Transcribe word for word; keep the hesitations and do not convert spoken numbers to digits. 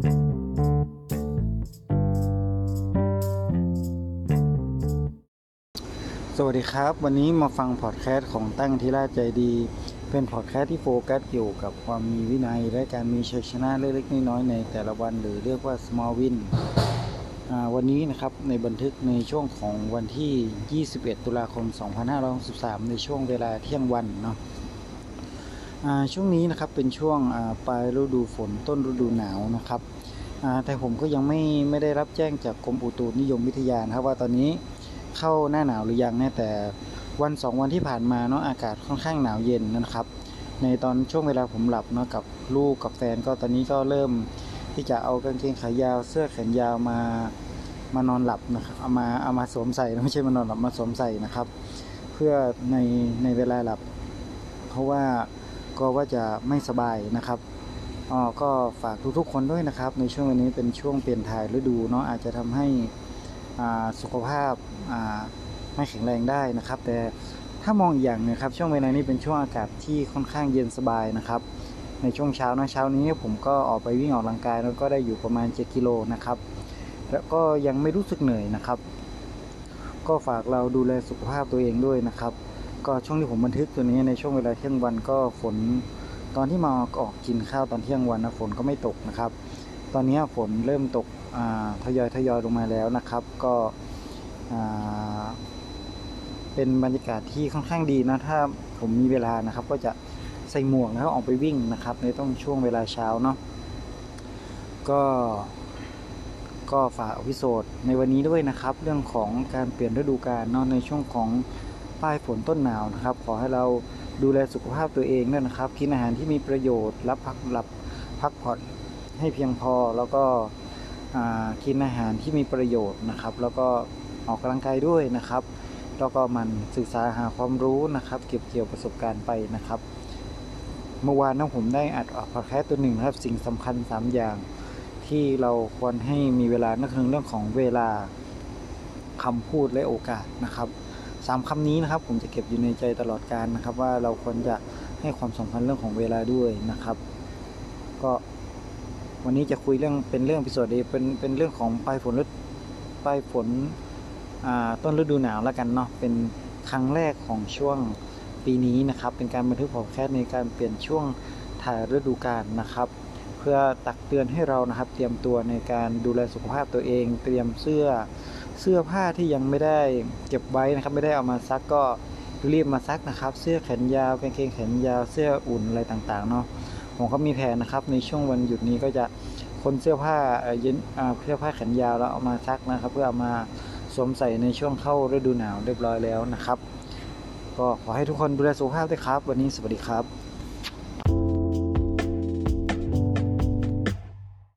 สวัสดีครับวันนี้มาฟังพอดแคสต์ของตั้งทีราใจดีเป็นพอดแคสต์ที่โฟกัสเกี่ยวกับความมีวินัยและการมีชัยชนะเล็กๆน้อยๆในแต่ละวันหรือเรียกว่า small win วันนี้นะครับในบันทึกในช่วงของวันที่ยี่สิบเอ็ดตุลาคมสองพันห้าร้อยหกสิบสามในช่วงเวลาเที่ยงวันเนาะช่วงนี้นะครับเป็นช่วงปลายฤดูฝนต้นฤดูหนาวนะครับแต่ผมก็ยังไม่ไม่ได้รับแจ้งจากกรมอุตุนิยมวิทยานะครับว่าตอนนี้เข้าหน้าหนาวหรือยังเนี่ยแต่วันสองวันที่ผ่านมาเนาะอากาศค่อนข้างหนาวเย็นนะครับในตอนช่วงเวลาผมหลับเนาะกับลูกกับแฟนก็ตอนนี้ก็เริ่มที่จะเอากางเกงขายาวเสื้อแขนยาวมามานอนหลับนะครับเอามาเอามาสวมใส่ไม่ใช่มานอนหลับมาสวมใส่นะครับเพื่อในในเวลาหลับเพราะว่าก็ว่าจะไม่สบายนะครับอ๋อก็ฝากทุกๆคนด้วยนะครับในช่วงวันนี้เป็นช่วงเปลี่ยนถ่ายฤดูเนาะอาจจะทำให้สุขภาพไม่แข็งแรงได้นะครับแต่ถ้ามองอีกอย่างนะครับช่วงเวลานี้เป็นช่วงอากาศที่ค่อนข้างเย็นสบายนะครับในช่วงเช้านะเช้านี้ผมก็ออกไปวิ่งออกกำลังกายแล้วก็ได้อยู่ประมาณเจ็ดกิโลนะครับแล้วก็ยังไม่รู้สึกเหนื่อยนะครับก็ฝากเราดูแลสุขภาพตัวเองด้วยนะครับก็ช่วงที่ผมบันทึกตัวนี้ในช่วงเวลาเที่ยงวันก็ฝนตอนที่มาออกกินข้าวตอนเที่ยงวันนะฝนก็ไม่ตกนะครับตอนนี้ฝนเริ่มตกทยอยทยอยลงมาแล้วนะครับก็เป็นบรรยากาศที่ค่อนข้างดีนะถ้าผมมีเวลานะครับก็จะใส่หมวกแล้วออกไปวิ่งนะครับในต้องช่วงเวลาเช้าเนาะก็ก็ฝากอพิโซดในวันนี้ด้วยนะครับเรื่องของการเปลี่ยนฤดูกาลเนาะในช่วงของปลายฝนต้นหนาวนะครับขอให้เราดูแลสุขภาพตัวเองด้วยนะครับกินอาหารที่มีประโยชน์รับพักหลับพักผ่อนให้เพียงพอแล้วก็กินอาหารที่มีประโยชน์นะครับแล้วก็ออกกำลังกายด้วยนะครับแล้วก็มันศึกษาหาความรู้นะครับเก็บเกี่ยวประสบการณ์ไปนะครับเมื่อวานน้องผมได้อัดออกพอดแคสต์ตัวหนึ่งนะครับสิ่งสำคัญสามอย่างที่เราควรให้มีเวลานั่นคือเรื่องของเวลาคำพูดและโอกาสนะครับสามคำนี้นะครับผมจะเก็บอยู่ในใจตลอดกาลนะครับว่าเราควรจะให้ความสำคัญเรื่องของเวลาด้วยนะครับก็วันนี้จะคุยเรื่องเป็นเรื่องพิเศษเป็นเป็นเรื่องของปลายฝนฤดูปลายฝนต้นฤดูหนาวแล้วกันเนาะเป็นครั้งแรกของช่วงปีนี้นะครับเป็นการบันทึกพอดแคสต์ในการเปลี่ยนช่วงถ่ายฤดูกาลนะครับเพื่อตักเตือนให้เรานะครับเตรียมตัวในการดูแลสุขภาพตัวเองเตรียมเสื้อเสื้อผ้าที่ยังไม่ได้เก็บไว้นะครับไม่ได้เอามาซักก็รีบมาซักนะครับเสื้อแขนยาวกางเกงแขนยาวเสื้ออุ่นอะไรต่างๆเนาะผมก็มีแผนนะครับในช่วงวันหยุดนี้ก็จะคนเสื้อผ้าเย็นเสื้อผ้าแขนยาวแล้วเอามาซักนะครับเพื่อเอามาสวมใส่ในช่วงเข้าฤดูหนาวเรียบร้อยแล้วนะครับก็ขอให้ทุกคนดูแลสุขภาพด้วยครับวันนี้สวัสดีครับ